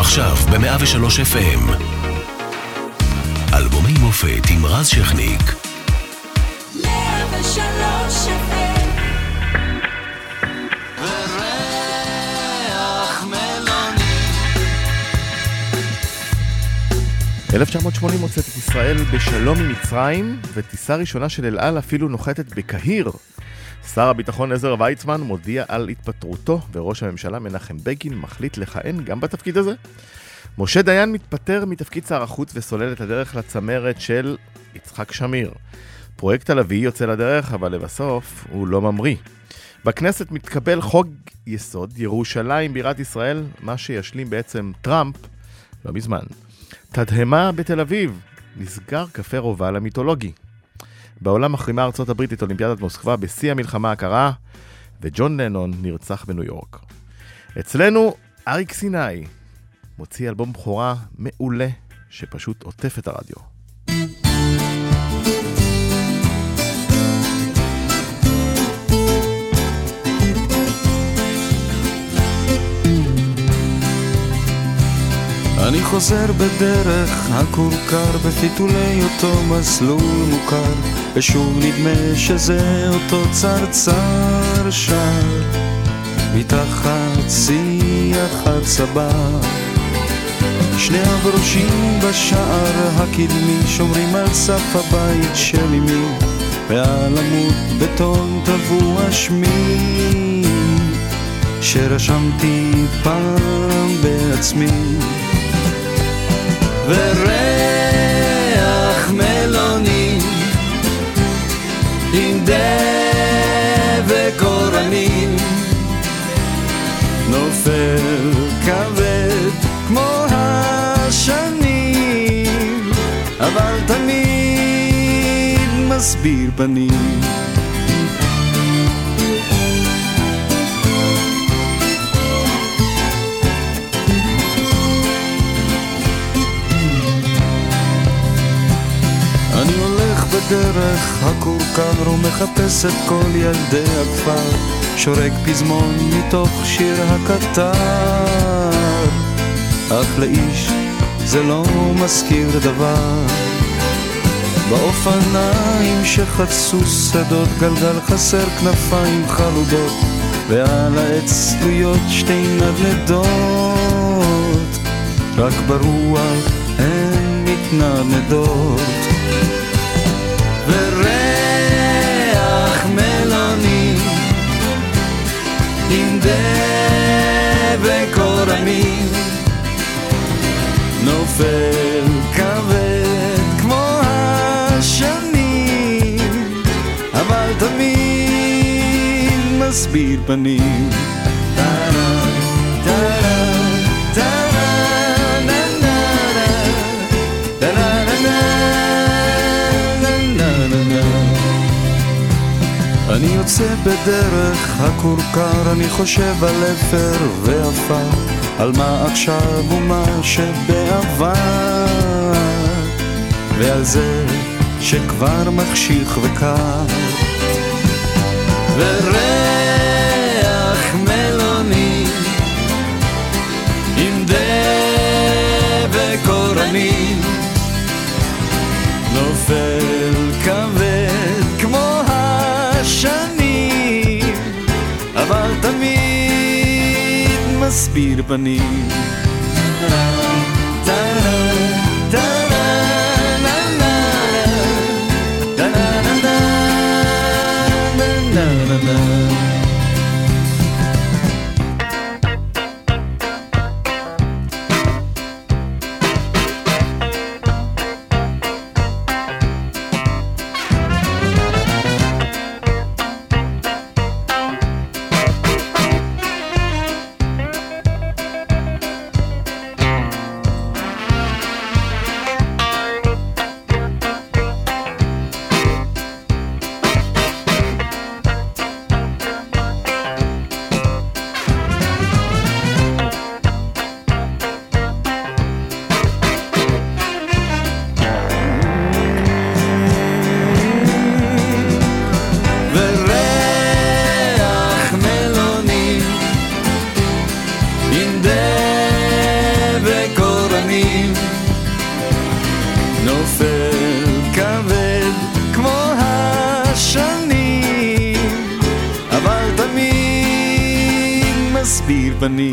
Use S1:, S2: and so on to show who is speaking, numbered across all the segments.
S1: עכשיו ב-103 FM. אלבומי מופת עם רז שכניק.
S2: 103 FM.
S3: וריח מלוני.
S4: 1980 מוצאת את ישראל בשלום ממצרים, וטיסה ראשונה של אל על אפילו נוחתת בקהיר. שר הביטחון עזר ויצמן מודיע על התפטרותו, וראש הממשלה מנחם בגין מחליט לכהן גם בתפקיד הזה. משה דיין מתפטר מתפקיד שר החוץ וסולל את הדרך לצמרת של יצחק שמיר. פרויקט הלוי יוצא לדרך, אבל לבסוף הוא לא ממריא. בכנסת מתקבל חוק יסוד, ירושלים בירת ישראל, מה שישלים בעצם טראמפ לא מזמן. תדהמה בתל אביב, נסגר קפה רובל המיתולוגי. בעולם מחרימה ארצות הברית את אולימפיאדת מוסקבה בשיא המלחמה הקרה, וג'ון לנון נרצח בניו יורק. אצלנו אריק סיני מוציא אלבום בכורה מעולה שפשוט עוטף את הרדיו.
S3: אני חוזר בדרך הכורכר בפיתולי אותו מסלול מוכר, ושוב נדמה שזה אותו צרצר שר מתחת שיח הצבא. שני הברושים בשער הקדמי שומרים על סף הבית של אמי, ועל עמוד בטון טבוע שמי שרשמתי פעם בעצמי. וריח מלוני עם דבק אורנים נופל כבד כמו השנים, אבל תמיד מסביר פנים. אני הולך בדרך הכורכר ומחפש את כל ילדי הכפר, שורק פזמון מתוך שיר הקטר, אך לאיש זה לא מזכיר דבר. באופניים שחצו שדות גלגל חסר כנפיים חלודות, ועל העץ תלויות שתי נדנדות, רק ברוח הן מתנדנדות. וריח מלוני עם דבק אורנים נופל כבד כמו השנים, אבל תמיד מסביר פנים. אני יוצא בדרך הכורכר, אני חושב על אפר ואפר, על מה עכשיו ומה שבעבר, ועל זה שכבר מחשיך וקר. וריח מלוני עם דבק אורנים נופל כבד כמו השנים, אבל תמיד מסביר פנים. מסביר פנים.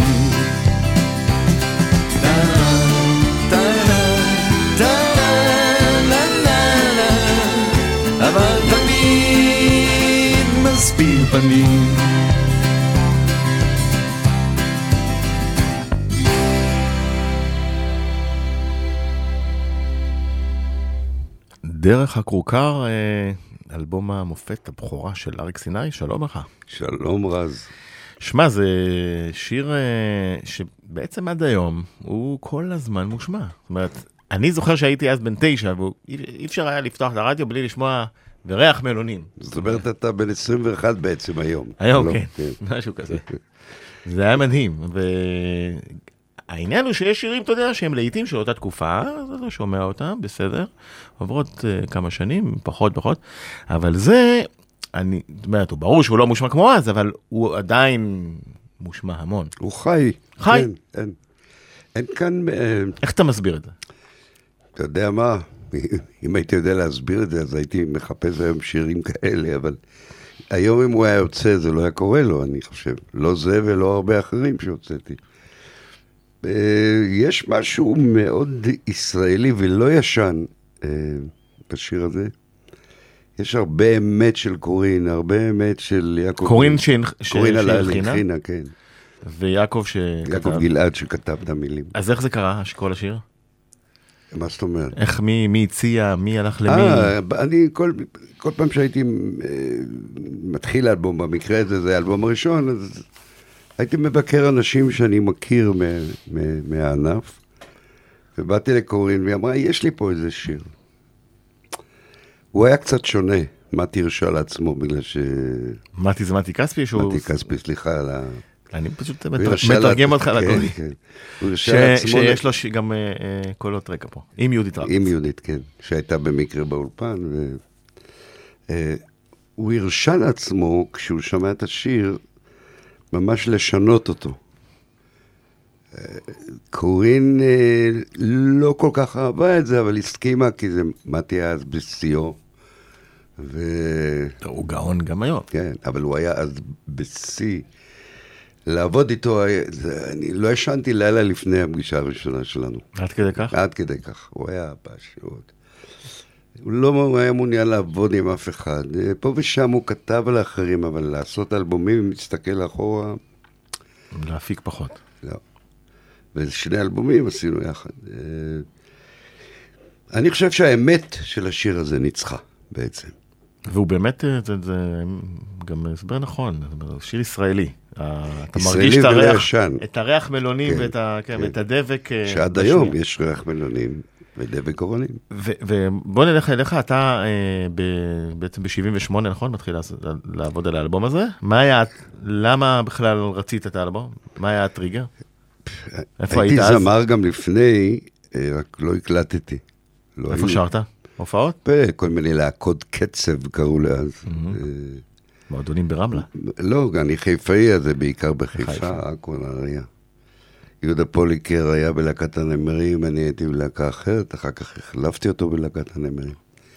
S3: אבל תמיד מסביר פנים.
S4: דרך הכורכר, אלבום המופת הבכורה של אריק סיני, שלום לך.
S2: שלום רז.
S4: שמע, זה שיר שבעצם עד היום הוא כל הזמן מושמע. זאת אומרת, אני זוכר שהייתי אז בן 9, ואי אפשר היה לפתוח את הרדיו בלי לשמוע וריח מלונים.
S2: זאת אומרת, אתה בן 21 בעצם היום.
S4: היום, כן, משהו כזה. זה היה מדהים, העניין הוא שיש שירים, אתה יודע, שהם לעיתים של אותה תקופה, אז אתה שומע אותם, בסדר, עוברות כמה שנים, פחות, אבל זה, זאת אומרת, הוא ברור שהוא לא מושמע כמו אז, אבל הוא עדיין מושמע המון.
S2: הוא חי.
S4: חי.
S2: כן, אין כאן...
S4: איך אתה מסביר את זה?
S2: אתה יודע מה, אם הייתי יודע להסביר את זה, אז הייתי מחפש היום שירים כאלה, אבל היום אם הוא היה יוצא, זה לא היה קורה לו, אני חושב. לא זה ולא הרבה אחרים שיוצאתי. יש משהו מאוד ישראלי ולא ישן בשיר הזה. יש הרבה אמת של קורין, הרבה אמת של יעקב.
S4: קורין
S2: קורין על הלחינה, כן.
S4: ויעקב
S2: יעקב גלעד שכתב את המילים.
S4: אז איך זה קרה, כל השיר?
S2: מה זאת אומרת?
S4: איך, מי הציע, מי הלך למי?
S2: אני כל פעם שהייתי מתחיל אלבום, במקרה הזה זה האלבום הראשון, אז הייתי מבקר אנשים שאני מכיר מהענף, ובאתי לקורין והיא אמרה, יש לי פה איזה שיר. הוא היה קצת שונה, מתי הרשה לעצמו, בגלל ש...
S4: מתי זה מתי כספי?
S2: מתי כספי, סליחה על ה...
S4: אני פשוט מתרגם אותך לקורין.
S2: הוא הרשה לעצמו...
S4: שיש לו גם קולות רקע פה, עם יהודית רבץ.
S2: עם יהודית, כן, שהייתה במקרה באולפן, הוא הרשה לעצמו, כשהוא שמע את השיר, ממש לשנות אותו. קורין לא כל כך אהבה את זה, אבל הסכימה, כי זה מתי אז בשיאו.
S4: הוא גאון גם היום.
S2: כן, אבל הוא היה אז בשיא. לעבוד איתו, אני לא ישנתי לילה לפני הפגישה הראשונה שלנו.
S4: עד כדי כך?
S2: עד כדי כך. הוא היה פשוט. הוא לא היה מעוניין לעבוד עם אף אחד. פה ושם הוא כתב על האחרים, אבל לעשות אלבומים, מסתכל אחורה...
S4: להפיק פחות.
S2: לא. ושני אלבומים עשינו יחד. אני חושב שהאמת של השיר הזה ניצחה, בעצם.
S4: והוא באמת, זה גם הסבר נכון, שיר ישראלי. אתה מרגיש את הריח מלונים ואת הדבק.
S2: שעד היום יש ריח מלונים. ודבק אורנים.
S4: ובוא נלך אליך, אתה בעצם ב-78, נכון? מתחיל לעבוד על האלבום הזה. למה בכלל רצית את האלבום? מה היה הטריגר? איפה היית אז?
S2: הייתי זמר גם לפני, רק לא הקלטתי.
S4: איפה שרת? הופעות?
S2: כל מיני להקות קצב קראו לאז.
S4: מועדונים ברמלה?
S2: לא, אני חיפאי, אז זה בעיקר בחיפה, עכו, נהריה. יהודה פוליקר היה בלהקת הנמרים, אני הייתי בלהקה אחרת, אחר כך החלפתי אותו בלהקת הנמרים.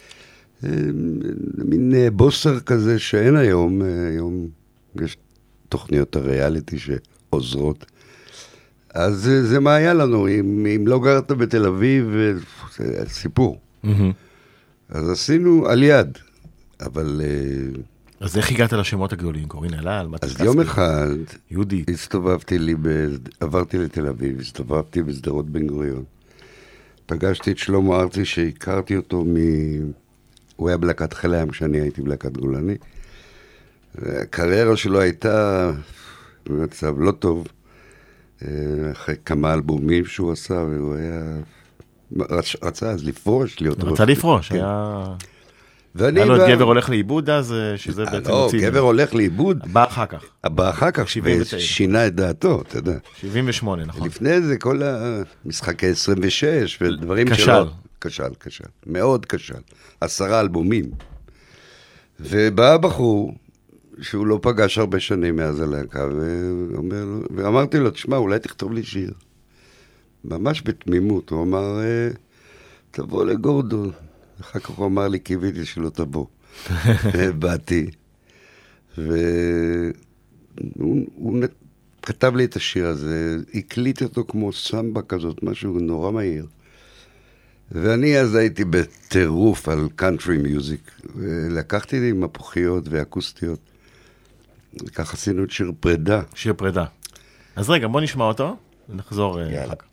S2: מין בוסר כזה שאין היום, היום יש תוכניות הריאליטי שעוזרות. אז זה מה היה לנו, אם לא גרת בתל אביב, זה סיפור. אז עשינו על יד, אבל...
S4: אז איך הגעת לשמות הגדולים? קורין אלעל, מתי כספי?
S2: אז יום אחד,
S4: יהודית.
S2: עברתי לתל אביב, הסתובבתי בשדרות בן גוריון. פגשתי את שלמה ארצי שהכרתי אותו הוא היה בלהקת חיל הים כשאני הייתי בלהקת גולני. הקריירה שלו הייתה במצב לא טוב, אחרי כמה אלבומים שהוא עשה, והוא היה... רצה אז לפרוש, להיות
S4: רצה לפרוש, היה... היה לו את גבר הולך לאיבוד אז, שזה בעצם
S2: מוציא... לא, גבר הולך לאיבוד.
S4: בא אחר כך.
S2: בא אחר כך, ושינה את דעתו, אתה יודע.
S4: 78, נכון.
S2: לפני זה כל המשחקי 26 ודברים שלו. כשל. כשל. מאוד כשל. 10 אלבומים. ובא בחור, שהוא לא פגש הרבה שנים מאז הלהקה, ואמרתי לו, תשמע, אולי תכתוב לי שיר. ממש בתמימות. הוא אמר, תבוא לגורדון. אחר כך הוא אמר לי, קיוויתי שלא תבוא. באתי. והוא כתב לי את השיר הזה, הקליט אותו כמו סמבה כזאת, משהו נורא מהיר. ואני אז הייתי בטירוף על קאנטרי מיוזיק, ולקחתי לי מפוחיות ואקוסטיות, וכך עשינו את שיר פרידה.
S4: שיר פרידה. אז רגע, בוא נשמע אותו, ונחזור
S2: יאללה.
S4: אחר.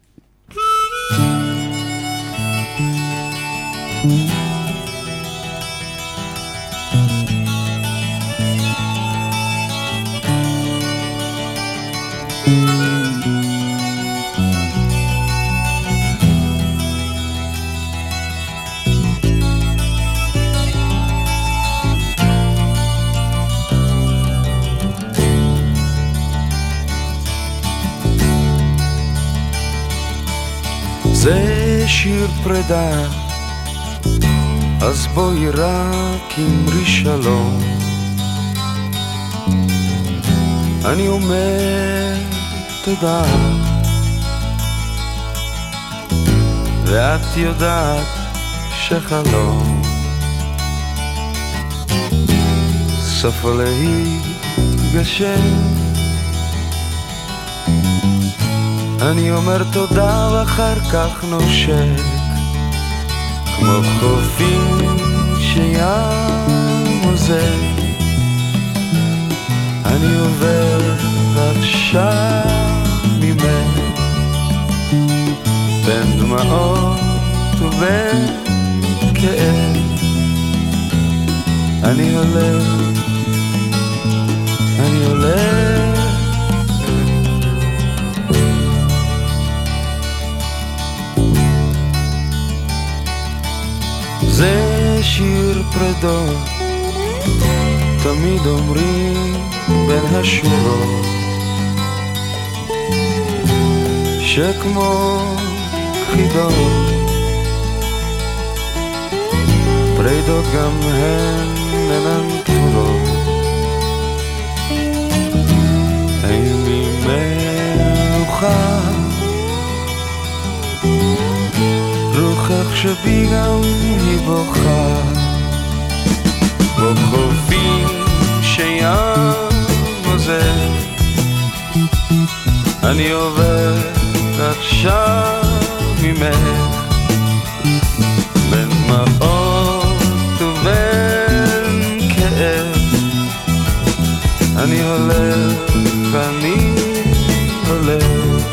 S3: זה שיר פרידה, אז בואי רק אמרי שלום. אני אומר תודה, ואת יודעת שחלום סופו להתגשם. אני אומר תודה ואחר כך נושק, כמו חופים שים עוזר. אני עובר עכשיו ממך, בין דמעות ובין כאב. אני הולך, אני הולך, זה שיר פרידות, תמיד אומרים בין השורות, שכמו חידות פרידות גם הן אינן תפורות. אין לי מנוחה, רוחך שבי גם היא בוכה, כמו חופים שים עוזר. אני עובר עכשיו ממך, בין דמעות ובין כאב. אני הולך, אני הולך,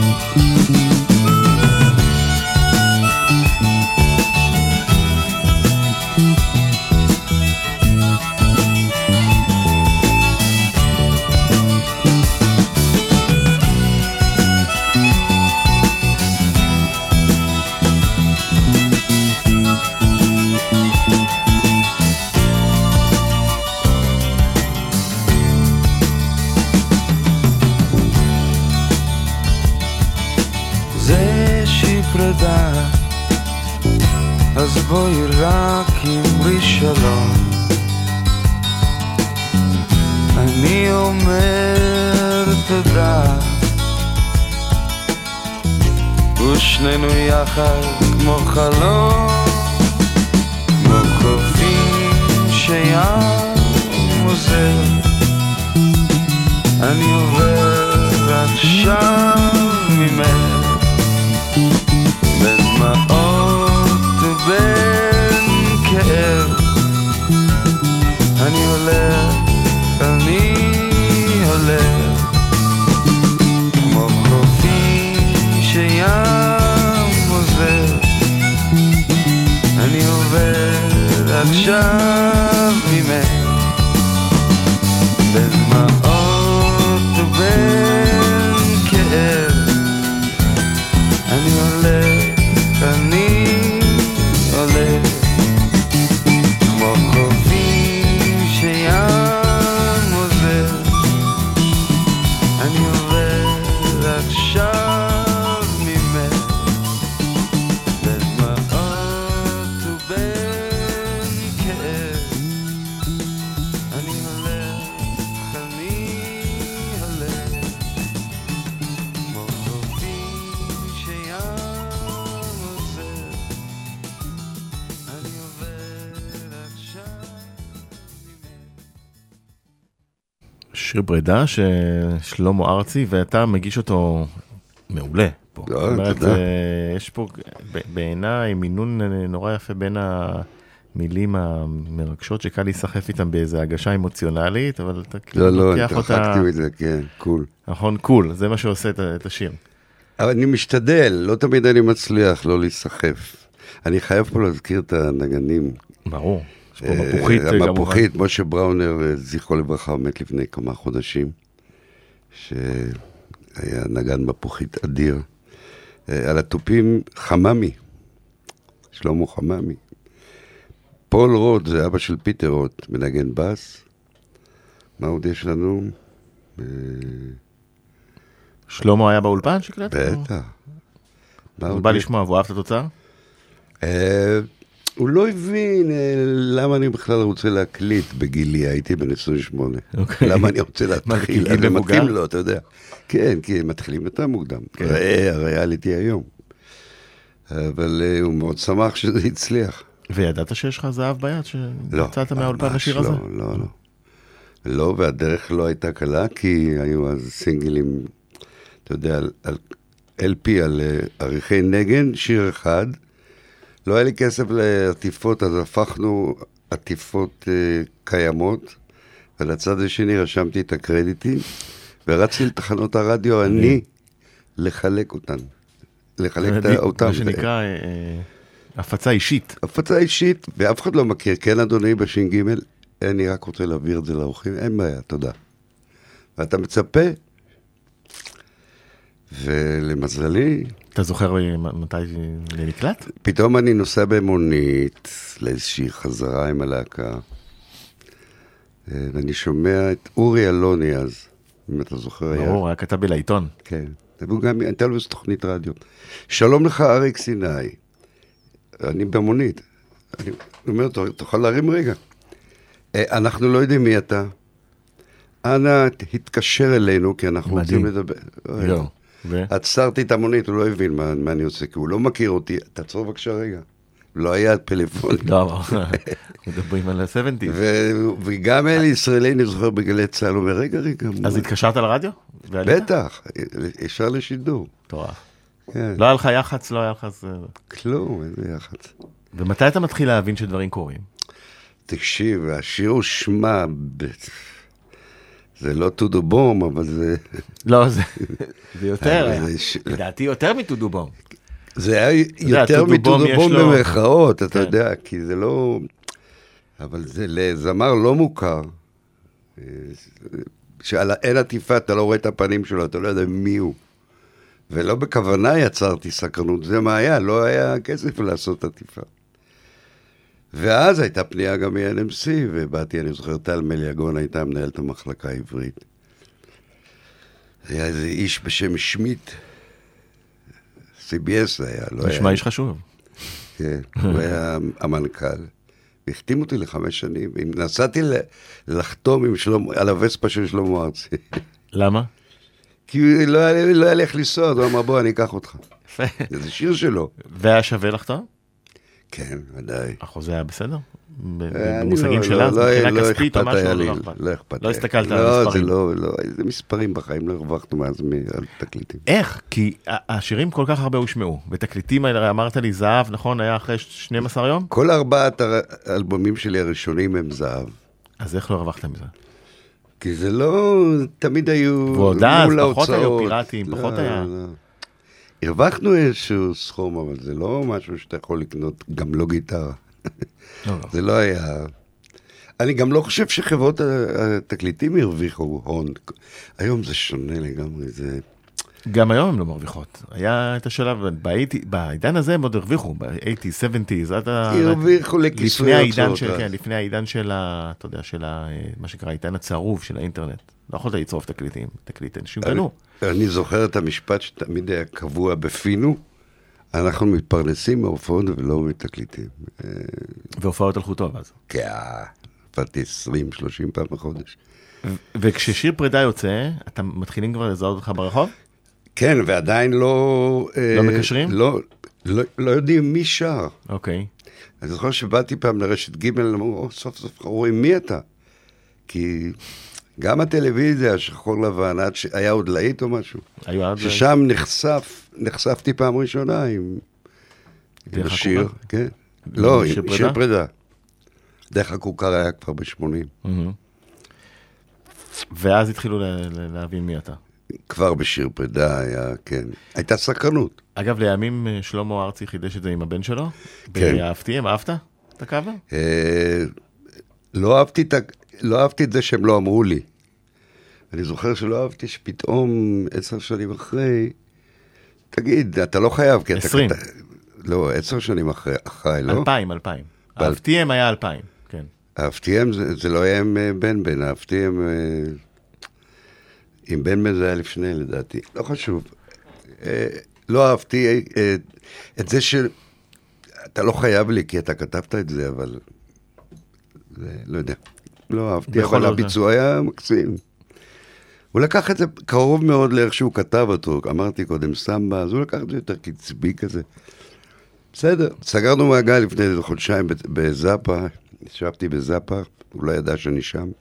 S3: פרידה, אז בואי רק אמרי שלום. אני אומר תודה, ושנינו יחד כמו חלום, כמו חופים שים עוזר. אני עובר עכשיו ממך, בין דמעות ובין כאב. אני הולך, אני הולך, כמו חופים שים עוזר. אני עובר עכשיו ממך, בין דמעות ובין כאב. אני הולך, אני הולך, כמו חופים שים עוזר. אני עובר עכשיו ממך, בין דמעות ובין כאב.
S4: שיר פרידה ששלמה ארצי, ואתה מגיש אותו מעולה פה.
S2: לא, תודה.
S4: יש פה בעיניי מינון נורא יפה בין המילים המרגשות שקל להיסחף איתם באיזו הגשה אמוציונלית, אבל אתה כאילו לוקח אותה...
S2: לא, התרחקתי מזה, כן, קול.
S4: נכון, קול, זה מה שעושה את השיר.
S2: אבל אני משתדל, לא תמיד אני מצליח לא להיסחף. אני חייב פה להזכיר את הנגנים.
S4: ברור. יש פה מפוחית.
S2: המפוחית, משה בראונר, זכרו לברכה, מת לפני כמה חודשים, שהיה נגן מפוחית אדיר. על הטופים חממי, שלמה חממי. פול רוט, זה אבא של פיטר רוט, מנגן בס. מה עוד יש לנו?
S4: שלמה היה באולפן שקלט?
S2: בטח.
S4: הוא בא לשמוע, והוא אהב את התוצאה?
S2: הוא לא הבין למה אני בכלל רוצה להקליט בגילי, הייתי בן 28. למה אני רוצה להתחיל? זה מתאים לו, אתה יודע. כן, כי הם מתחילים יותר מוקדם. הריאליטי היום. אבל הוא מאוד שמח שזה הצליח.
S4: וידעת שיש לך זהב ביד שיצאת מהאולפן לשיר הזה?
S2: לא. לא, והדרך לא הייתה קלה, כי היו אז סינגלים, אתה יודע, על LP, על עריכי נגן, שיר אחד. לא היה לי כסף לעטיפות, אז הפכנו עטיפות קיימות, ולצד השני רשמתי את הקרדיטים, ורצתי לתחנות הרדיו אני לחלק אותן. לחלק אותם.
S4: מה שנקרא הפצה אישית.
S2: הפצה אישית, ואף אחד לא מכיר. כן, אדוני, בש"ג, אני רק רוצה להעביר את זה לאורחים, אין בעיה, תודה. ואתה מצפה, ולמזלי...
S4: אתה זוכר מתי זה נקלט?
S2: פתאום אני נוסע במונית לאיזושהי חזרה עם הלהקה, ואני שומע את אורי אלוני אז, אם אתה זוכר.
S4: ברור, היה כתב לעיתון.
S2: כן, והוא גם, הייתה לו איזו תוכנית רדיו. שלום לך אריק סיני, אני במונית. אני אומר, תוכל להרים רגע. אנחנו לא יודעים מי אתה. אנא, התקשר אלינו, כי אנחנו רוצים לדבר.
S4: לא.
S2: עצרתי את המונית, הוא לא הבין מה אני עושה, כי הוא לא מכיר אותי. תעצור בבקשה רגע. לא היה פלאפון.
S4: לא, מדברים על ה-70s.
S2: וגם אלי ישראלי, אני זוכר בגלי צהל, הוא אומר, רגע.
S4: אז התקשרת לרדיו?
S2: בטח, ישר לשידור.
S4: טוב. לא היה לך יחץ, לא היה לך...
S2: כלום, איזה יחץ.
S4: ומתי אתה מתחיל להבין שדברים קורים?
S2: תקשיב, השיר הוא שמע... זה לא טודו בום, אבל זה...
S4: לא, זה יותר, לדעתי יותר מטודו בום.
S2: זה היה יותר מטודו בום במרכאות, אתה יודע, כי זה לא... אבל זה לזמר לא מוכר, שעל אין עטיפה, אתה לא רואה את הפנים שלו, אתה לא יודע מי הוא. ולא בכוונה יצרתי סקרנות, זה מה היה, לא היה כסף לעשות עטיפה. ואז הייתה פנייה גם מ-NMC, ובאתי, אני זוכר, טל מליאגון הייתה מנהלת המחלקה העברית. היה איזה איש בשם שמיט, CBS היה, לא היה...
S4: נשמע איש חשוב.
S2: כן, הוא היה המנכ"ל. והחתים אותי ל5 שנים, נסעתי לחתום על הווספה של שלמה ארצי.
S4: למה?
S2: כי לא היה לי איך לנסוע, הוא אמר, בוא, אני אקח אותך.
S4: יפה.
S2: זה שיר שלו.
S4: והיה שווה לחתום?
S2: כן, ודאי.
S4: החוזה היה בסדר? במושגים שלה, מבחינה כספית או משהו?
S2: לא אכפת.
S4: לא הסתכלת על המספרים.
S2: לא, זה מספרים בחיים, לא הרווחנו מאז מתקליטים.
S4: איך? כי השירים כל כך הרבה הושמעו. בתקליטים האלה, אמרת לי, זהב, נכון? היה אחרי 12 יום?
S2: כל 4 האלבומים שלי הראשונים הם זהב.
S4: אז איך לא הרווחת מזה?
S2: כי זה לא, תמיד היו...
S4: ועוד אז, פחות היו פיראטים, פחות היה...
S2: הרווחנו איזשהו סכום, אבל זה לא משהו שאתה יכול לקנות, גם לא גיטרה. זה לא היה... אני גם לא חושב שחברות התקליטים הרוויחו הון. היום זה שונה לגמרי, זה...
S4: גם היום הם לא מרוויחות. היה את השלב, בעידן הזה הם עוד הרוויחו, ב-80s, 70s,
S2: הרוויחו לכיסוי
S4: ההוצאות. כן, לפני העידן של, אתה יודע, של מה שקרא, העידן הצרוף של האינטרנט. לא יכולת לצרוף תקליטים, אנשים קנו.
S2: אני זוכר את המשפט שתמיד היה קבוע בפינו, אנחנו מתפרנסים מהופעות ולא מתקליטים.
S4: והופעות הלכו טוב אז.
S2: כן, פרטי 20-30 פעם בחודש.
S4: וכששיר פרידה יוצא, אתם מתחילים כבר לזהות אותך ברחוב?
S2: כן, ועדיין לא...
S4: לא מקשרים?
S2: לא יודעים מי שר.
S4: אוקיי.
S2: אני זוכר שבאתי פעם לרשת ג' אמרו, סוף סוף רואים מי אתה. כי גם הטלוויזיה, שחור לבן, היה עוד להיט או משהו. ששם נחשפתי פעם ראשונה עם השיר, כן. לא, עם שיר פרידה. דרך הכוכר היה כבר ב-80.
S4: ואז התחילו להבין מי אתה.
S2: כבר בשיר פרידה היה, כן. הייתה סקרנות.
S4: אגב, לימים שלמה ארצי חידש את זה עם הבן שלו?
S2: כן.
S4: באהבתיהם, אהבת את הקאבר?
S2: לא אהבתי את זה שהם לא אמרו לי. אני זוכר שלא אהבתי שפתאום 10 שנים אחרי, תגיד, אתה לא חייב.
S4: 20.
S2: לא, 10 שנים אחרי, לא?
S4: 2000. אהבתיהם היה 2000, כן.
S2: אהבתיהם זה לא היה עם בן, אהבתיהם... עם בן זה היה לפני, לדעתי. לא חשוב. לא אהבתי את זה אתה לא חייב לי, כי אתה כתבת את זה, אבל... לא יודע. לא אהבתי, אבל הביצוע היה מקסים. הוא לקח את זה קרוב מאוד לאיך שהוא כתב אותו. אמרתי קודם סמבה, אז הוא לקח את זה יותר קצבי כזה. בסדר. סגרנו מעגל לפני חודשיים בזאפה. ישבתי בזאפה, הוא לא ידע שאני שם.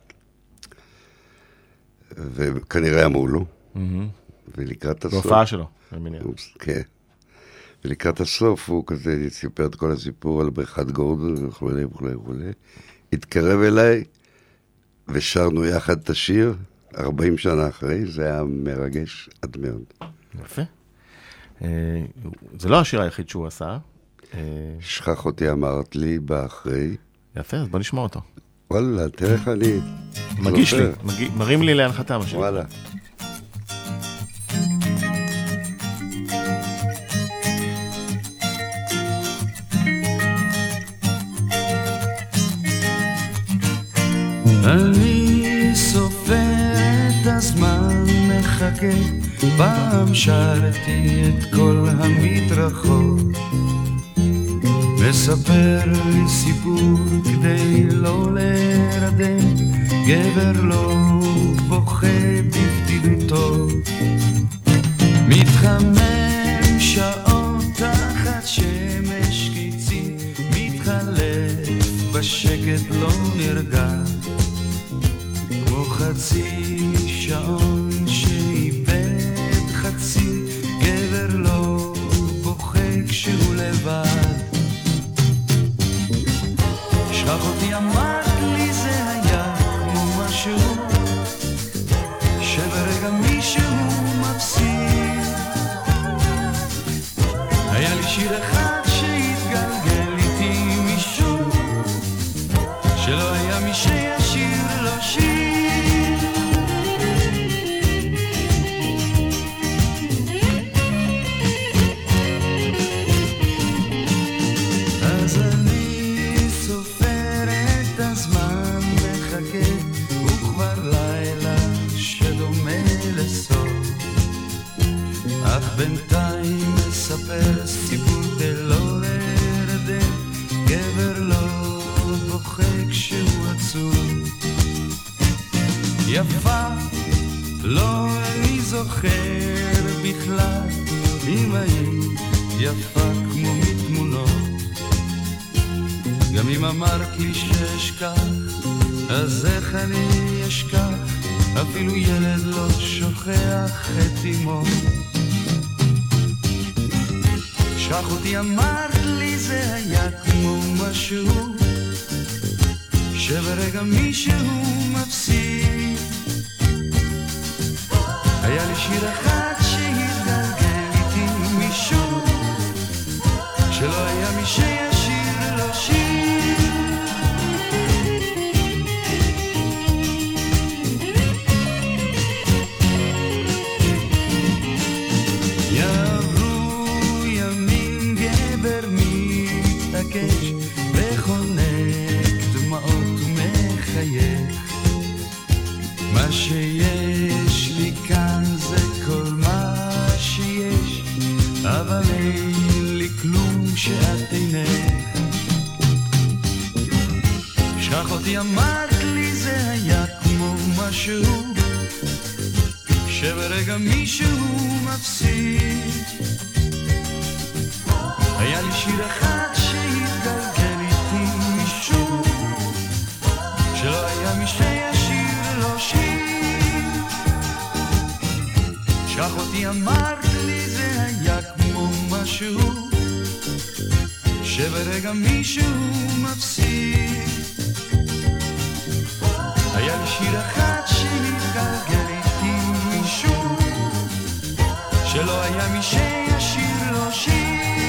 S2: וכנראה אמרו לו. ולקראת הסוף...
S4: בהופעה שלו, אני מניח.
S2: כן. ולקראת הסוף הוא כזה סיפר את כל הסיפור על בריכת גורדון וכו'. התקרב אליי ושרנו יחד את השיר 40 שנה אחרי, זה היה מרגש עד מאוד.
S4: יפה. זה לא השיר היחיד שהוא עשה.
S2: שכח אותי אמרת לי באחרי.
S4: יפה, אז בוא נשמע אותו.
S2: וואלה, תראה איך אני...
S4: מגיש לי, מרים לי להנחתה משהו.
S2: וואלה.
S3: אני סופר את הזמן מחכה, פעם שרתי את כל המדרכות, מספר לי סיפור כדי לא לרדם, גבר לא בוכה בבדידותו, מתחמם שעות תחת שמש קיצי, מתחלף בשקט לא נרגע, כמו חצי שעון שאיבד חצי, גבר לא בוכה כשהוא לבד. שכח אותי אמרת לי זה היה כמו משהו שברגע מישהו מפסיד. היה לי שיר אחד שהתגלגל איתי משום שלא היה מי שישיר לו שיר. אז אני סופר את הזמן מחכה, וכבר לילה שדומה לסוף, אך בינתיים מספר סיפור דלא לרדם, גבר לא בוכה כשהוא עצוב. יפה, לא אני זוכר בכלל, אם היית יפה כמו מתמונות, גם אם אמרת לי שאשכח, אז איך אני אשכח, אפילו ילד לא שוכח את אמו. שכח אותי אמרת לי זה היה כמו משהו שברגע מישהו מפסיד. היה לי שיר אחד שהתגלגל איתי משום שלא היה מי שישיר לו שיר. יעברו ימים גבר מתעקש וחונק דמעות ומחייך, מה שיש לי כאן זה כל מה שיש, אבל אין לי כלום שאת עינך. שכח אותי אמרת לי זה היה כמו משהו שברגע מישהו מפסיד. היה לי שיר אחד שהתגלגל איתי משום שלא היה מי שישיר לו שיר. אמרת לי זה היה כמו משהו שברגע מישהו מפסיד. היה לי שיר אחד שהתגלגל איתי מישהו שלא היה מי שישיר לו שיר.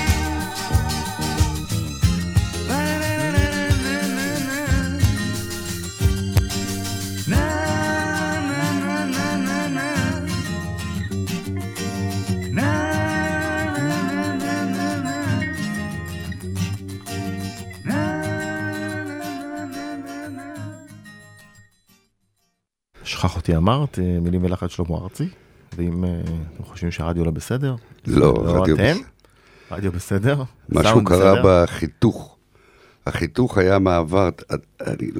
S4: שכח אותי אמרת, מילים ולחץ שלמה ארצי, ואם אתם חושבים שהרדיו לא בסדר,
S2: לא, רדיו בסדר.
S4: רדיו בסדר?
S2: משהו קרה בחיתוך. החיתוך היה מעבר, אני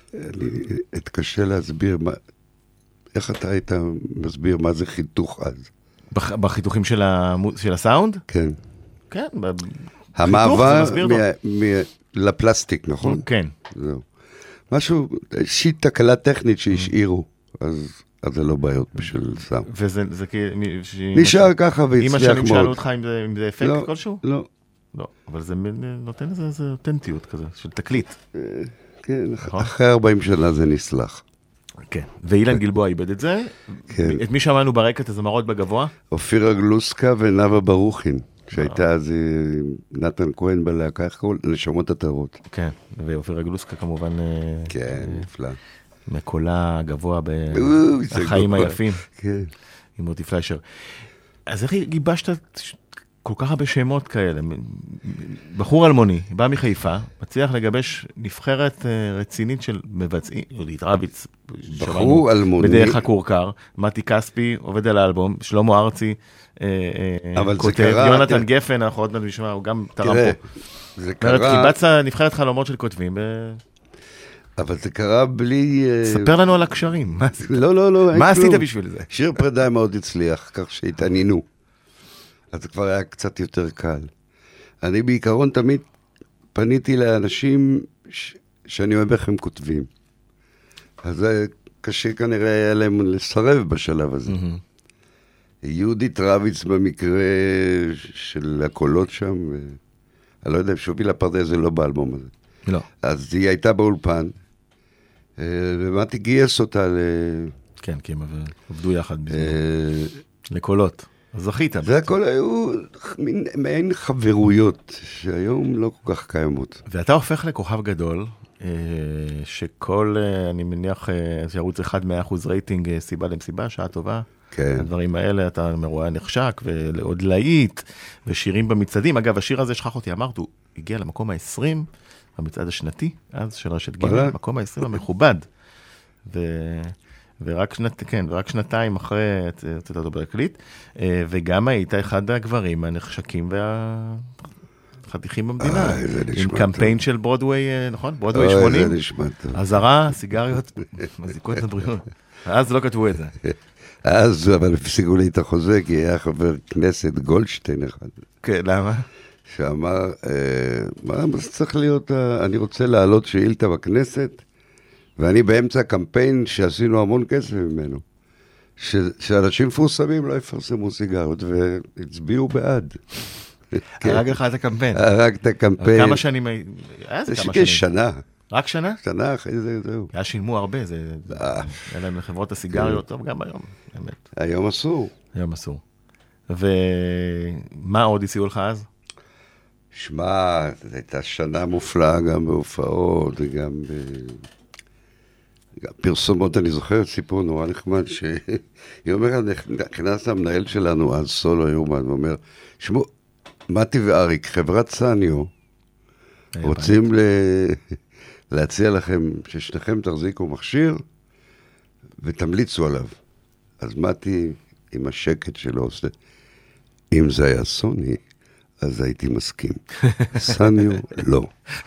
S2: אתקשה להסביר, איך אתה היית מסביר מה זה חיתוך אז?
S4: בחיתוכים של הסאונד?
S2: כן.
S4: כן,
S2: המעבר לפלסטיק, נכון?
S4: כן.
S2: זהו. משהו, איזושהי תקלה טכנית שהשאירו, אז זה לא בעיות בשביל סאונד.
S4: וזה
S2: נשאר ככה והצליח מאוד.
S4: עם השנים שאלו אותך אם זה אפקט כלשהו?
S2: לא.
S4: לא, אבל זה נותן איזה אותנטיות כזה, של תקליט.
S2: כן, אחרי 40 שנה זה נסלח.
S4: כן, ואילן גלבוע איבד את זה. את מי שמענו ברקע, את הזמרות בגבוה?
S2: אופירה גלוסקה ונאווה ברוכין, שהייתה אז נתן כהן בלהקה, איך קוראים? נשמות עטרות.
S4: כן, ואופירה גלוסקה כמובן...
S2: כן, נפלא.
S4: מקולה גבוה בחיים היפים.
S2: כן.
S4: עם מוטי פליישר. אז איך גיבשת כל כך הרבה שמות כאלה? בחור אלמוני, בא מחיפה, מצליח לגבש נבחרת רצינית של מבצעים, יהודית רביץ,
S2: בחור אלמוני.
S4: בדרך הכורכר, מתי כספי עובד על האלבום, שלמה ארצי כותב, יונתן גפן, אנחנו עוד מעט נשמע, הוא גם תרם פה.
S2: זה קרה...
S4: קיבץ נבחרת חלומות של כותבים.
S2: אבל זה קרה בלי...
S4: ספר לנו על הקשרים.
S2: לא.
S4: מה עשית בשביל זה?
S2: שיר פרידה מאוד הצליח, כך שהתעניינו. אז זה כבר היה קצת יותר קל. אני בעיקרון תמיד פניתי לאנשים שאני אוהב איך הם כותבים. אז זה קשה כנראה היה להם לסרב בשלב הזה. יהודית רביץ במקרה של הקולות שם, אני לא יודע, שובי לפרדה זה לא באלבום הזה.
S4: לא.
S2: אז היא הייתה באולפן, ומתי גייס אותה
S4: כן, כי הם עבדו יחד לקולות. אז זכית.
S2: זה הכל היו מעין חברויות, שהיום לא כל כך קיימות.
S4: ואתה הופך לכוכב גדול, שכל, אני מניח, שערוץ 1 100% רייטינג, סיבה למסיבה, שעה טובה.
S2: כן.
S4: הדברים האלה, אתה מרואה נחשק, ועוד להיט, ושירים במצעדים. אגב, השיר הזה שכח אותי, אמרת, הוא הגיע למקום ה-20, במצעד השנתי, אז של רשת ג', מקום ה-20 המכובד. ורק שנתיים אחרי, יצאת אותו בהקליט, וגם היית אחד הגברים הנחשקים והחתיכים במדינה. עם קמפיין של ברודווי, נכון? ברודווי 80.
S2: זה נשמע טוב.
S4: הזרה, סיגריות, מזיקות לבריאות. אז לא כתבו את זה.
S2: אז, אבל הפסיקו לי את החוזה, כי היה חבר כנסת גולדשטיין אחד.
S4: כן, למה?
S2: שאמר, מה צריך להיות, אני רוצה להעלות שאילתה בכנסת, ואני באמצע הקמפיין שעשינו המון כסף ממנו, שאנשים מפורסמים לא יפרסמו סיגריות, והצביעו בעד.
S4: הרג לך את הקמפיין.
S2: הרג את הקמפיין.
S4: כמה שנים?
S2: שנה.
S4: רק שנה?
S2: שנה אחרי זה, זהו.
S4: היה שילמו הרבה, זה... היה להם לחברות הסיגריות, טוב, גם היום, באמת.
S2: היום אסור.
S4: היום אסור. ומה עוד הציעו לך אז?
S2: שמע, זו הייתה שנה מופלאה גם בהופעות, וגם פרסומות. אני זוכר סיפור נורא נחמד, שיום אחד נכנס המנהל שלנו, אז סולו יומן, ואומר, שמו, מתי ואריק, חברת סניו, רוצים להציע לכם, ששניכם תחזיקו מכשיר, ותמליצו עליו. אז מתי עם השקט שלו עושה, אם זה היה סוני, אז הייתי מסכים. סניו, לא.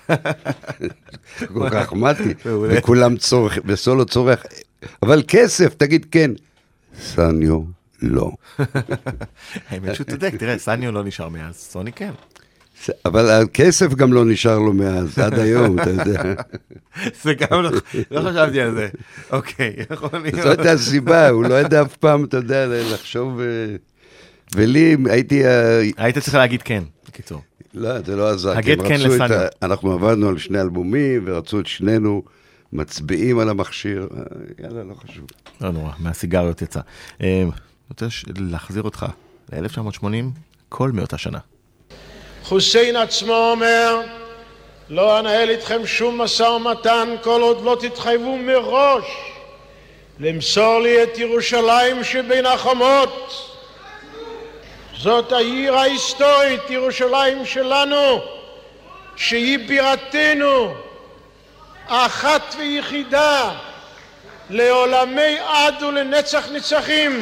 S2: כל כך מתי, וכולם צורך, וסולו צורך, אבל כסף, תגיד כן. סניו, לא.
S4: האמת שהוא צודק, תראה, סניו לא נשאר מאז, סוני כן.
S2: אבל הכסף גם לא נשאר לו מאז, עד היום, אתה יודע.
S4: זה גם לא חשבתי על זה. אוקיי, יכול להיות.
S2: זאת הסיבה, הוא לא ידע אף פעם, אתה יודע, לחשוב... ולי הייתי...
S4: היית צריך להגיד כן, בקיצור.
S2: לא, זה לא עזר.
S4: הגט כן לסניו.
S2: אנחנו עבדנו על 2 אלבומים, ורצו את שנינו מצביעים על המכשיר. יאללה, לא חשוב.
S4: לא נורא, מהסיגריות יצא. אני רוצה להחזיר אותך ל-1980, כל מאותה שנה.
S5: חוסיין עצמו אומר, לא אנהל איתכם שום משא ומתן, כל עוד לא תתחייבו מראש למסור לי את ירושלים שבין החומות. זאת העיר ההיסטורית, ירושלים שלנו, שהיא בירתנו, אחת ויחידה, לעולמי עד ולנצח נצחים.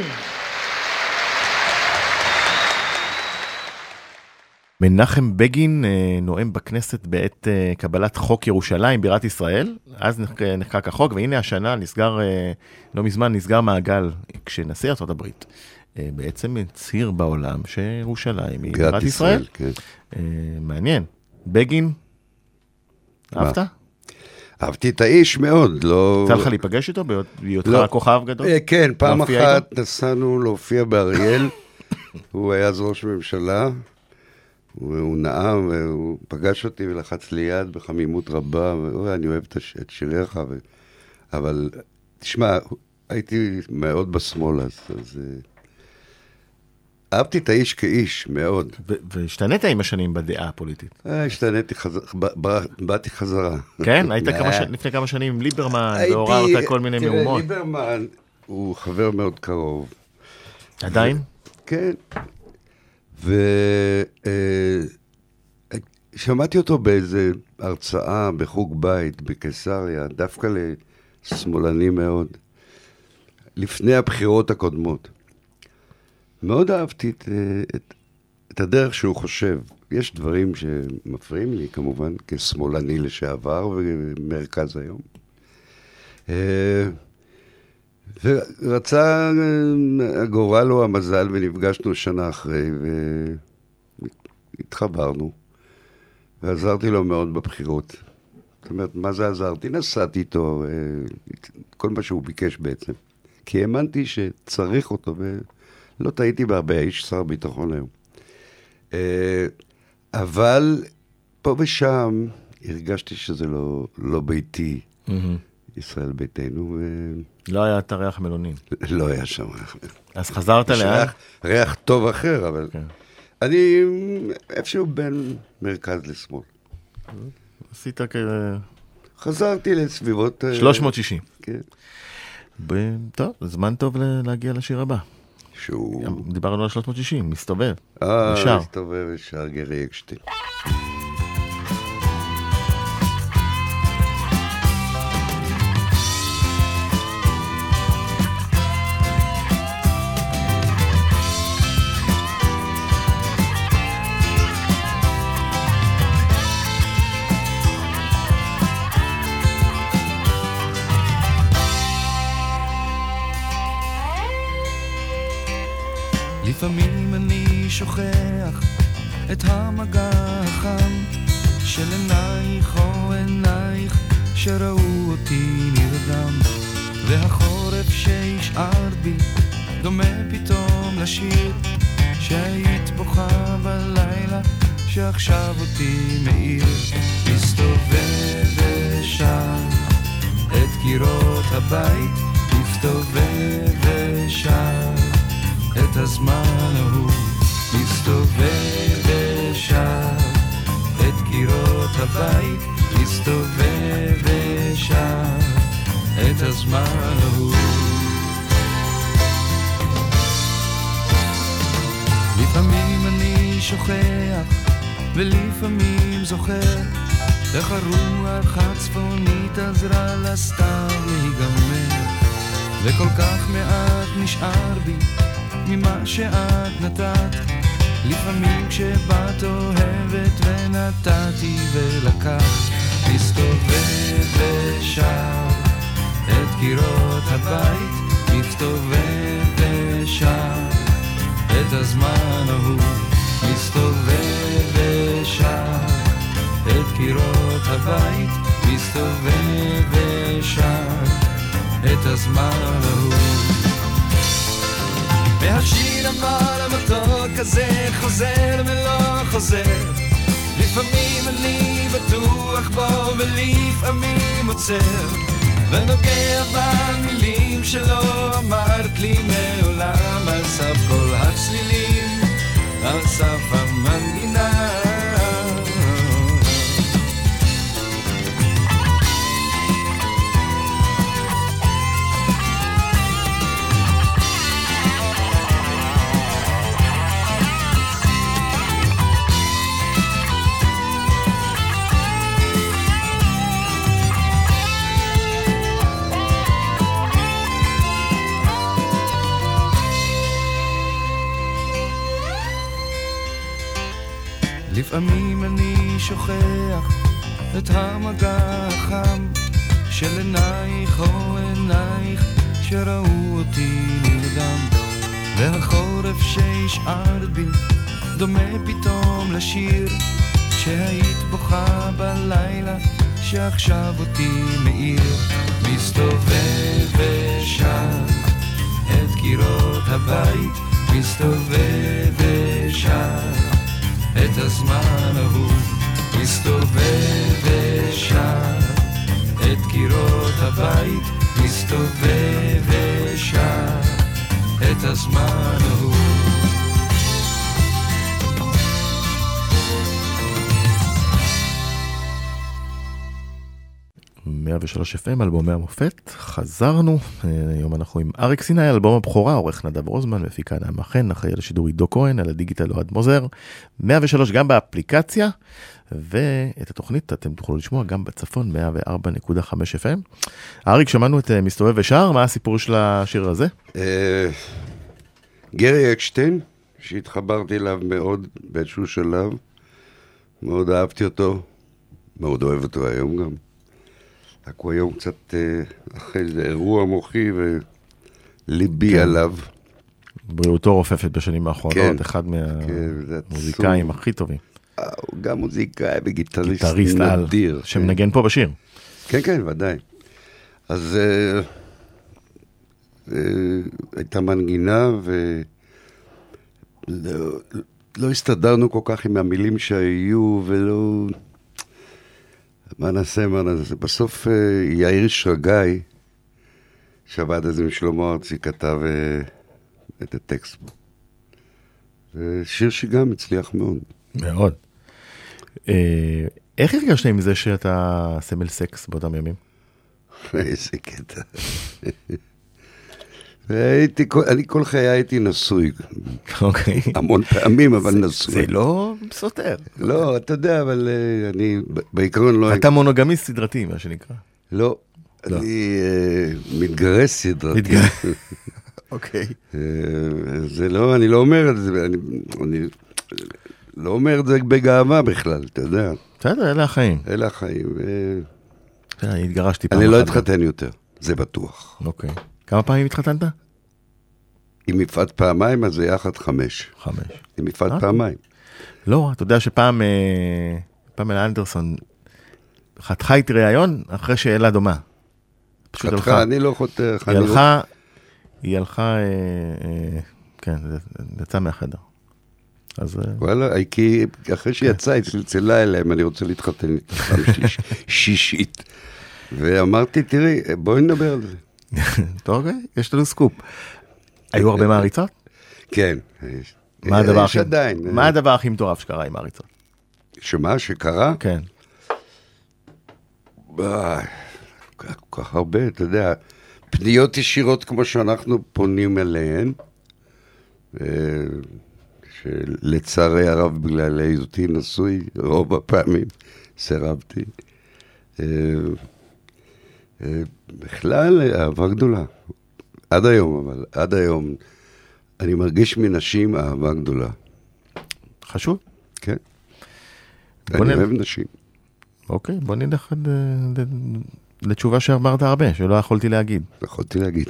S4: מנחם בגין נואם בכנסת בעת קבלת חוק ירושלים, בירת ישראל. אז נחקק החוק, והנה השנה לא מזמן נסגר מעגל, כשנשיא ארצות הברית בעצם הצהיר בעולם שירושלים היא בירת ישראל.
S2: כן.
S4: מעניין. בגין, אהבת?
S2: אהבתי את האיש מאוד, לא...
S4: יצא לך להיפגש איתו בהיותך כוכב גדול?
S2: כן, פעם אחת נסענו להופיע באריאל, הוא היה אז ראש ממשלה, הוא נאם, והוא פגש אותי ולחץ לי יד בחמימות רבה, ואני אוהב את שיריך, אבל תשמע, הייתי מאוד בשמאל אז אהבתי את האיש כאיש, מאוד.
S4: והשתנית עם השנים בדעה הפוליטית?
S2: השתניתי, באתי חזרה.
S4: כן? היית לפני כמה שנים עם ליברמן, ועוררת כל מיני מהומות.
S2: ליברמן הוא חבר מאוד קרוב.
S4: עדיין?
S2: כן. ושמעתי אותו באיזה הרצאה בחוג בית בקיסריה, דווקא לשמאלני מאוד, לפני הבחירות הקודמות. מאוד אהבתי את הדרך שהוא חושב. יש דברים שמפריעים לי, כמובן, כשמאלני לשעבר ומרכז היום. ורצה הגורל או המזל, ונפגשנו שנה אחרי, והתחברנו, ועזרתי לו מאוד בבחירות. זאת אומרת, מה זה עזרתי? נסעתי איתו, כל מה שהוא ביקש בעצם. כי האמנתי שצריך אותו, ולא טעיתי בהרבה, האיש שר ביטחון היום. אבל פה ושם הרגשתי שזה לא ביתי, ישראל ביתנו.
S4: לא היה את הריח מלונים.
S2: לא היה שם ריח מלונים.
S4: אז חזרת לאן?
S2: ריח טוב אחר, אבל אני איפשהו בין מרכז לשמאל.
S4: עשית
S2: חזרתי לסביבות...
S4: 360.
S2: כן.
S4: טוב, זמן טוב להגיע לשיר הבא. דיברנו על 360, מסתובב.
S2: מסתובב, שר גרי אקשטיין.
S3: לפעמים אני שוכח את המגע החם של עינייך או עינייך שראו אותי נרדם, והחורף שישאר בי דומה פתאום לשיר שהיית בוכה בלילה שעכשיו אותי מאיר. מסתובב ושם את קירות הבית, מסתובב ושם את הזמן ההוא, מסתובב ושם את קירות הבית, מסתובב ושם את הזמן ההוא. לפעמים אני שוכח ולפעמים זוכר איך הרוח הצפונית עזרה לסתיו להיגמר, וכל כך מעט נשאר בי ממה שאת נתת. לפעמים כשבאת אוהבת ונתתי ולקחת, מסתובב ושם את קירות הבית, מסתובב ושם את הזמן ההוא, מסתובב ושם את קירות הבית, מסתובב ושם את הזמן ההוא. והשיר אמר המתוק הזה חוזר ולא חוזר, לפעמים אני בטוח בו ולפעמים עוצר, ונוגע במילים שלא אמרת לי מעולם, על סף כל הצלילים, על סף המנגינה. לפעמים אני שוכח את המגע החם של עינייך או עינייך שראו אותי נרדם, והחורף שהשאר בי דומה פתאום לשיר שהיית בוכה בלילה שעכשיו אותי מאיר, מסתובב ושם את קירות הבית, מסתובב ושם את הזמן ההוא, מסתובב ושם את קירות הבית, מסתובב ושם את הזמן ההוא.
S4: 103 FM, אלבומי המופת, חזרנו, היום אנחנו עם אריק סיני, אלבום הבכורה, עורך נדב רוזמן, מפיקה נעמה חן, אחראי לשידור עידו כהן, על הדיגיטל אוהד מוזר, 103 גם באפליקציה, ואת התוכנית אתם תוכלו לשמוע גם בצפון, 104.5 FM. אריק, שמענו את מסתובב ושר, מה הסיפור של השיר הזה?
S2: גרי אקשטיין, שהתחברתי אליו מאוד באיזשהו שלב, מאוד אהבתי אותו, מאוד אוהב אותו היום גם. רק הוא היום קצת אחרי זה אירוע מוחי וליבי עליו.
S4: בריאותו רופפת בשנים האחרונות, אחד מהמוזיקאים הכי טובים.
S2: הוא גם מוזיקאי וגיטריסט
S4: נדיר. שמנגן פה בשיר.
S2: כן, כן, ודאי. אז הייתה מנגינה ולא הסתדרנו כל כך עם המילים שהיו ולא... מה נעשה? בסוף יאיר שרגאי, שעבד אז עם שלמה ארצי, כתב את הטקסט בו. זה שיר שגם הצליח מאוד.
S4: מאוד. איך הרגשת עם זה שאתה סמל סקס באותם ימים?
S2: איזה קטע. אני כל חיי הייתי נשוי.
S4: אוקיי.
S2: המון פעמים, אבל נשוי.
S4: זה לא סותר.
S2: לא, אתה יודע, אבל אני בעיקרון לא...
S4: אתה מונוגמיסט סדרתי, מה שנקרא.
S2: לא, אני מתגרס סדרתי.
S4: אוקיי.
S2: זה לא, אני לא אומר את זה, אני לא אומר את זה בגאווה בכלל, אתה יודע.
S4: בסדר, אלה החיים.
S2: אלה החיים.
S4: אני התגרשתי פעם אחת.
S2: אני לא אתחתן יותר, זה בטוח.
S4: אוקיי. כמה פעמים התחתנת?
S2: אם יפעת פעמיים, אז זה יחד 5.
S4: 5.
S2: אם יפעת פעמיים.
S4: לא, אתה יודע שפעם פמלה אנדרסון חתכה איתי ראיון אחרי שאלה דומה. פשוט הלכה.
S2: אני לא חותך.
S4: היא הלכה, כן, יצא מהחדר.
S2: וואלה, כי אחרי שיצא, היא צלצלה אליהם, אני רוצה להתחתן פעם שישית. ואמרתי, תראי, בואי נדבר על זה.
S4: טוב, יש לנו סקופ. היו הרבה מעריצות?
S2: כן.
S4: מה הדבר הכי מטורף שקרה עם מעריצות?
S2: שמה שקרה?
S4: כן.
S2: כל כך הרבה, אתה יודע, פניות ישירות כמו שאנחנו פונים אליהן, שלצערי הרב בגלל היותי נשוי, רוב הפעמים סירבתי. בכלל אהבה גדולה. עד היום, אבל עד היום אני מרגיש מנשים אהבה גדולה.
S4: חשוב?
S2: כן. אני אוהב נשים.
S4: אוקיי, בוא נלך לתשובה שאמרת הרבה, שלא יכולתי להגיד.
S2: יכולתי להגיד.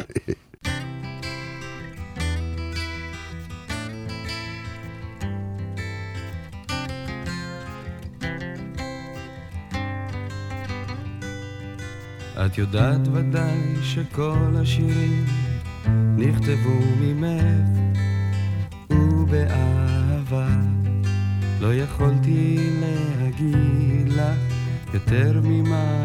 S3: את יודעת ודאי שכל השירים נכתבו ממך ובאהבה. לא יכולתי להגיד לך יותר ממה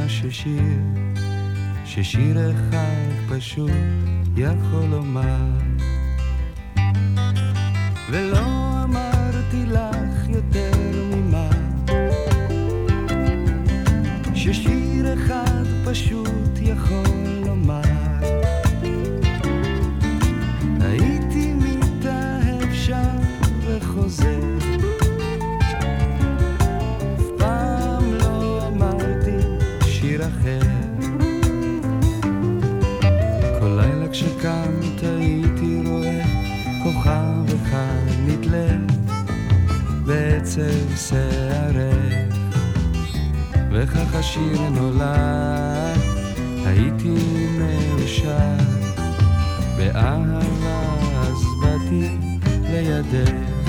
S3: ששיר אחד פשוט יכול לומר. ולא אמרתי לך יותר ממה ששיר אחד פשוט יכול לומר. הייתי מתאהב שם וחוזר, אף פעם לא אמרתי שיר אחר. כל לילה כשקמת הייתי רואה כוכב אחד נתלה בעצב שערך, וכך השיר נולד. הייתי מאושר באהבה, אז באתי לידך.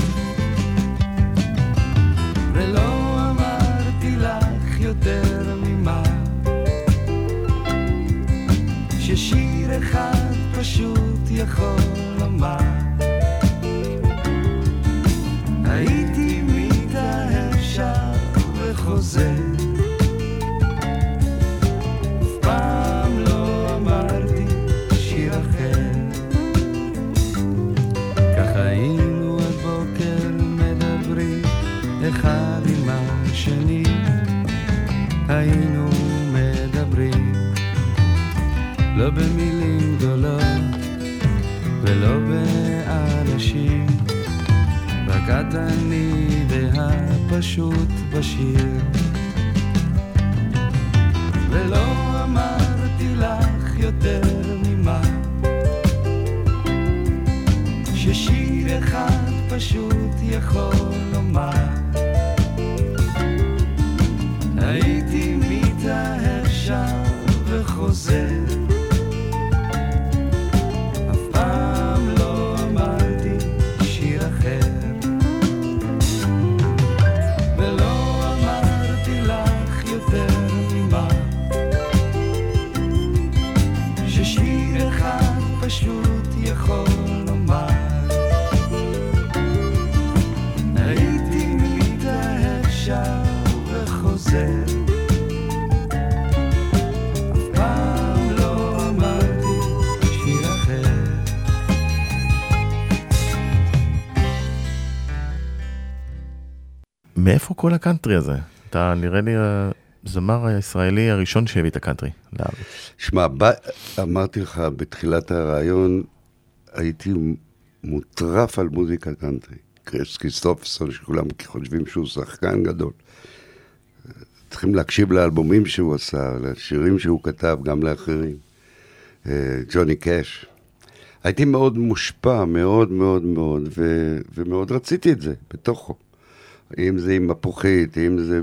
S3: ולא אמרתי לך יותר ממה ששיר אחד פשוט יכול לומר. הייתי מתאהב שם וחוזר, אף פעם לא אמרתי שיר אחר. ככה היינו עד בוקר מדברים אחד עם השני, היינו מדברים לא במילים גדולות ולא באנשים, רק את אני והפשוט בשיר. ולא אמרתי לך יותר ממה ששיר אחד פשוט יכול לומר. הייתי מתאהב שם וחוזר, אף פעם לא אמרתי שיר אחר. ולא אמרתי לך יותר ממה ששיר אחד פשוט יכול לומר. הייתי מתאהב שם וחוזר, אף פעם לא אמרתי שיר אחר.
S4: מאיפה כל הקאנטרי הזה? אתה נראה לי הזמר הישראלי הראשון שהביא את הקאנטרי לארץ.
S2: שמע, אמרתי לך בתחילת הרעיון, הייתי מוטרף על מוזיקה קאנטרי. קריס כריסטופסון, שכולם חושבים שהוא שחקן גדול. צריכים להקשיב לאלבומים שהוא עשה, לשירים שהוא כתב, גם לאחרים. ג'וני קאש. הייתי מאוד מושפע, מאוד מאוד מאוד, ומאוד רציתי את זה בתוכו. אם זה עם מפוחית, אם זה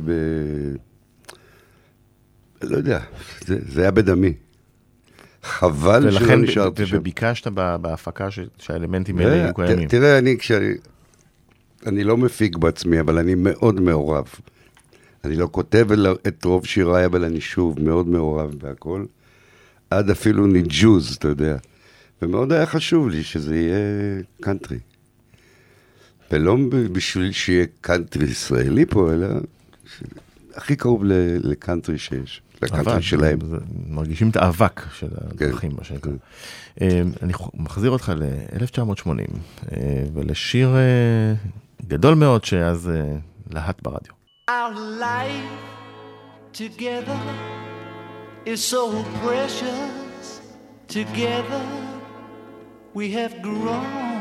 S2: לא יודע, זה היה בדמי. חבל שלא נשארתי שם.
S4: וביקשת בהפקה שהאלמנטים האלה יהיו קיימים.
S2: תראה, אני לא מפיק בעצמי, אבל אני מאוד מעורב. אני לא כותב את רוב שיריי, אבל אני שוב מאוד מעורב בהכל. עד אפילו ניג'וז, אתה יודע. ומאוד היה חשוב לי שזה יהיה קאנטרי. ולא בשביל שיהיה קאנטרי ישראלי פה, אלא הכי קרוב לקאנטרי שיש. לקאנטרי שלהם.
S4: מרגישים את האבק של הדרכים, מה שנקרא. אני מחזיר אותך ל-1980, ולשיר גדול מאוד שאז להט ברדיו.
S6: Our life together is so precious. Together we have grown.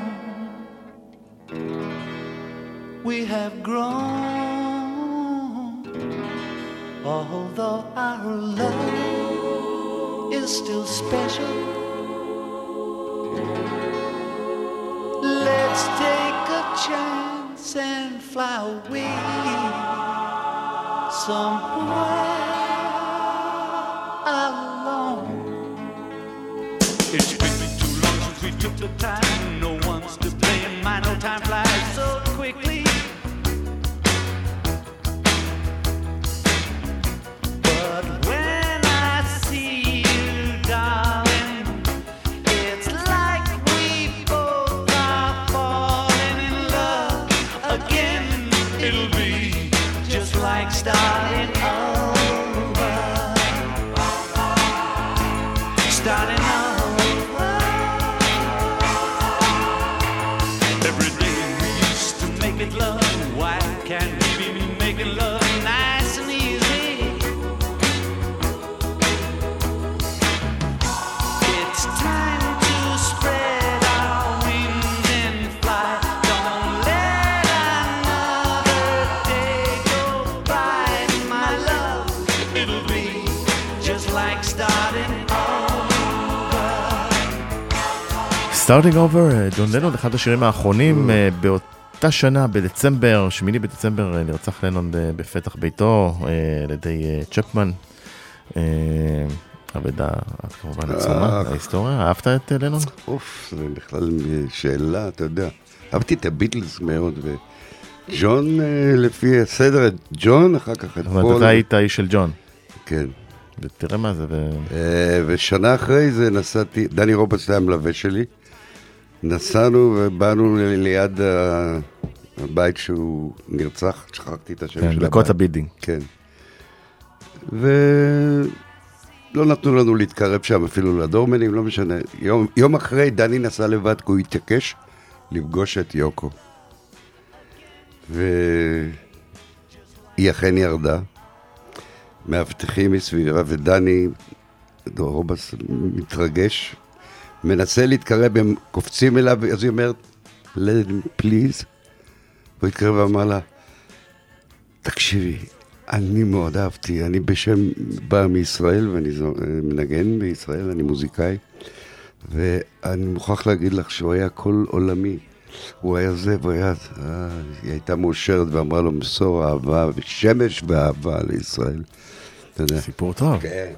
S6: We have grown. Although our love is still special, let's take a chance and fly away somewhere alone. It's been too long since we took the time. No one's to blame. My no time flies so quickly. But when I see you, darling, it's like starting over. Starting over. Every day we used to make it love. Why can't we be making love nice and easy? It's time to spread our wings and fly. Don't let another day go by, my love. It'll be just like starting over.
S4: Starting Over, ג'ון לנון, אחד השירים האחרונים באותה שנה, בדצמבר, 8 בדצמבר, נרצח לנון בפתח ביתו על ידי צ'פמן. אבדה, כמובן עצומה, ההיסטוריה. אהבת את לנון?
S2: אוף, זה בכלל שאלה, אתה יודע. אהבתי את הביטלס מאוד, וג'ון, לפי הסדר, את ג'ון, אחר כך את
S4: זאת אומרת, אתה היית איש של ג'ון.
S2: כן.
S4: ותראה מה זה.
S2: ושנה אחרי זה נסעתי, דני רובץ היה המלווה שלי, נסענו ובאנו ליד הבית שהוא נרצח, שכחתי את השם של הבית.
S4: בקוץ הבידינג.
S2: כן. ולא נתנו לנו להתקרב שם אפילו לדורמנים, לא משנה. יום אחרי דני נסע לבד, כי הוא התעקש לפגוש את יוקו. והיא אכן ירדה. מאבטחים מסביבה, ודני רובס מתרגש, מנסה להתקרב, הם קופצים אליו, אז היא אומרת, let him please. הוא התקרב ואמר לה, תקשיבי, אני מאוד אהבתי, אני בשם בא מישראל, ואני מנגן בישראל, אני מוזיקאי, ואני מוכרח להגיד לך שהוא היה כל עולמי. הוא היה זה, היא הייתה מאושרת ואמרה לו מסור אהבה ושמש ואהבה לישראל.
S4: סיפור טוב.
S2: כן.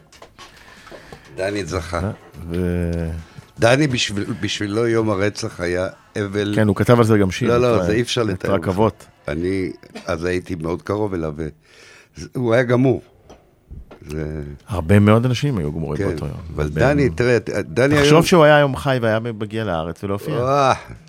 S2: דני זכה. דני בשבילו יום הרצח היה אבל.
S4: כן, הוא כתב על זה גם שיר.
S2: לא, זה אי אפשר לתאר.
S4: את רכבות.
S2: אני אז הייתי מאוד קרוב אליו. הוא היה גמור.
S4: הרבה מאוד אנשים היו גמורים באותו יום.
S2: אבל דני, תראה, דני היום...
S4: תחשוב שהוא היה יום חי והיה מגיע לארץ ולהופיע.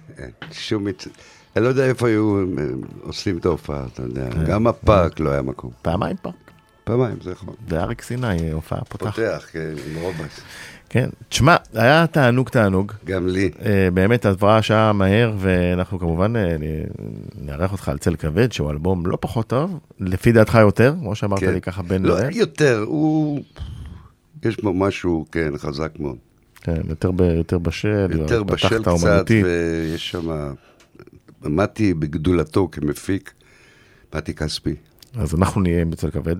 S2: אני לא יודע איפה היו עושים את ההופעה, אתה יודע. גם הפארק לא היה מקום.
S4: פעמיים פארק.
S2: פעמיים, זה נכון.
S4: ואריק סיני, הופעה פותח.
S2: פותח, כן, עם רובס.
S4: כן, תשמע, היה תענוג.
S2: גם לי.
S4: באמת, עברה השעה מהר, ואנחנו כמובן נערך אותך על צל כבד, שהוא אלבום לא פחות טוב, לפי דעתך יותר, כמו שאמרת לי ככה בין
S2: לא, יותר, יש בו משהו, כן, חזק מאוד.
S4: כן, יותר בשל.
S2: יותר בשל קצת, ויש שם, מתי בגדולתו כמפיק, מתי כספי.
S4: אז אנחנו נהיה בצל כבד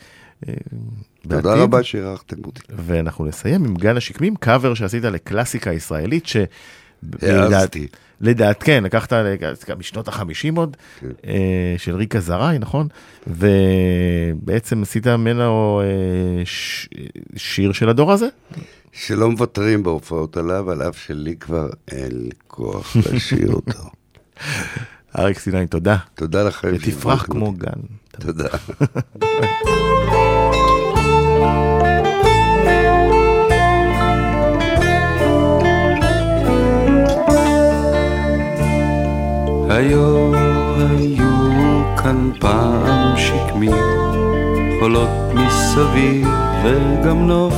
S2: תודה רבה שהערכתם אותי.
S4: ואנחנו נסיים עם גן השקמים, קאבר שעשית לקלאסיקה ישראלית,
S2: העזתי.
S4: לדעת, כן, לקחת משנות ה-50 עוד, של ריקה זרעי, נכון? ובעצם עשית ממנו שיר של הדור הזה?
S2: שלא מוותרים בהופעות עליו, על אף שלי כבר אין כוח לשיר אותו.
S4: אריק סיני, תודה.
S2: תודה לכם.
S4: ותפרח כמו גן.
S2: תודה.
S3: היו כאן פעם שקמים, חולות מסביב וגם נוף,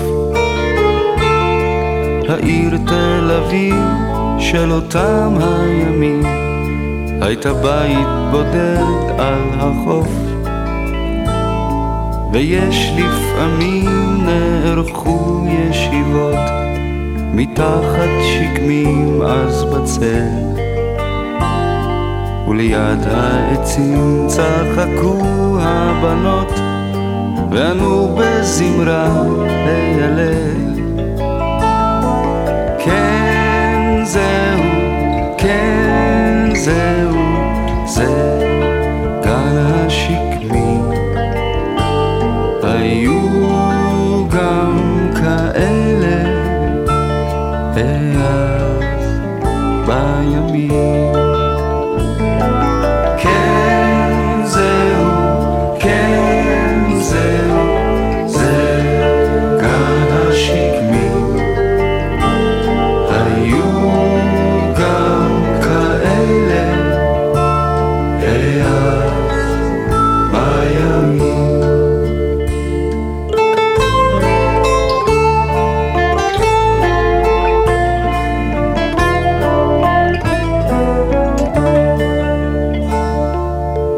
S3: העיר תל אביב של אותם הימים, הייתה בית בודד על החוף, ויש לפעמים נערכו ישיבות מתחת שקמים אז בצל, וליד העצים צחקו הבנות וענו בזמרה להילל, כן זהו, כן זהו, זה גן השקמים, היו גם כאלה אז בימים, כן זהו, כן זהו, זה גן השקמים, היו גם כאלה אז בימים.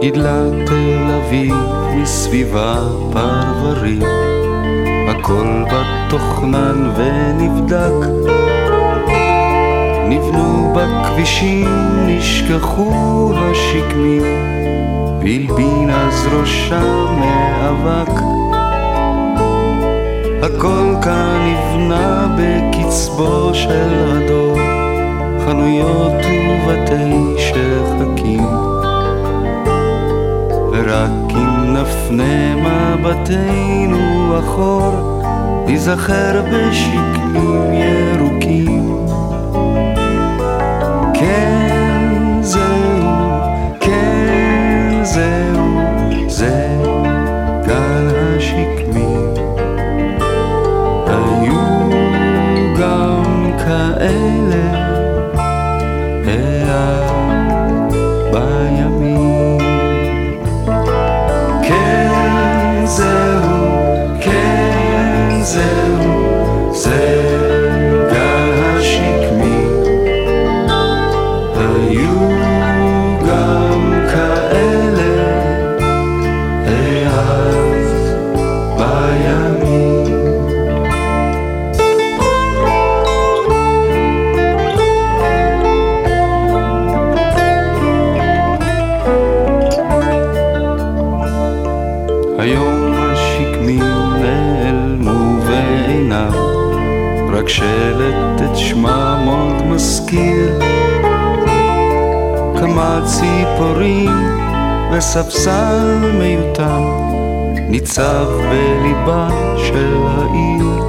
S3: גידלה תל אביב מסביבה פרברים, הכל בתוכנן ונבדק, נבנו בכבישים, נשכחו השקמים, והלבין אז ראשה מאבק. הכל כאן נבנה בקצבו של הדור, חנויות ובתי שחקים, ורק אם נפנה מבטנו אחור, נזכר בשקמים ירוקים. כן זהו, כן זהו, זה גן השקמים. היו גם כאלה בימים. כן זהו, כן זהו, זה גן השקמים. היו גם כאלה אז בימים. היום השקמים נעלמו ואינם, רק שלט את שמם עוד מזכיר. כמה ציפורים וספסל מיותם ניצב בליבה של העיר,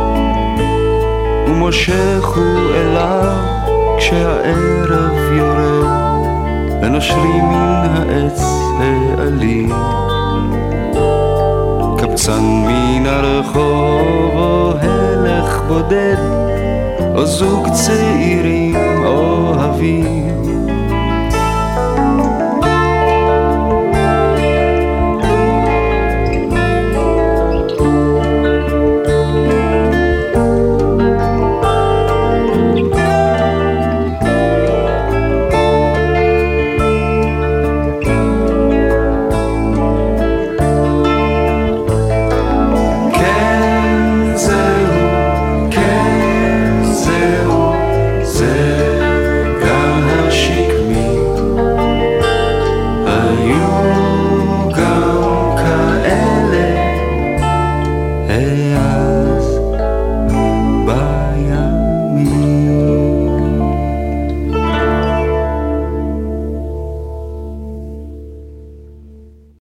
S3: ומושכו אליו כשהערב יורד, ונושרים מן העץ העלים. קבצן מן הרחוב או הלך בודד, או זוג צעירים אוהבים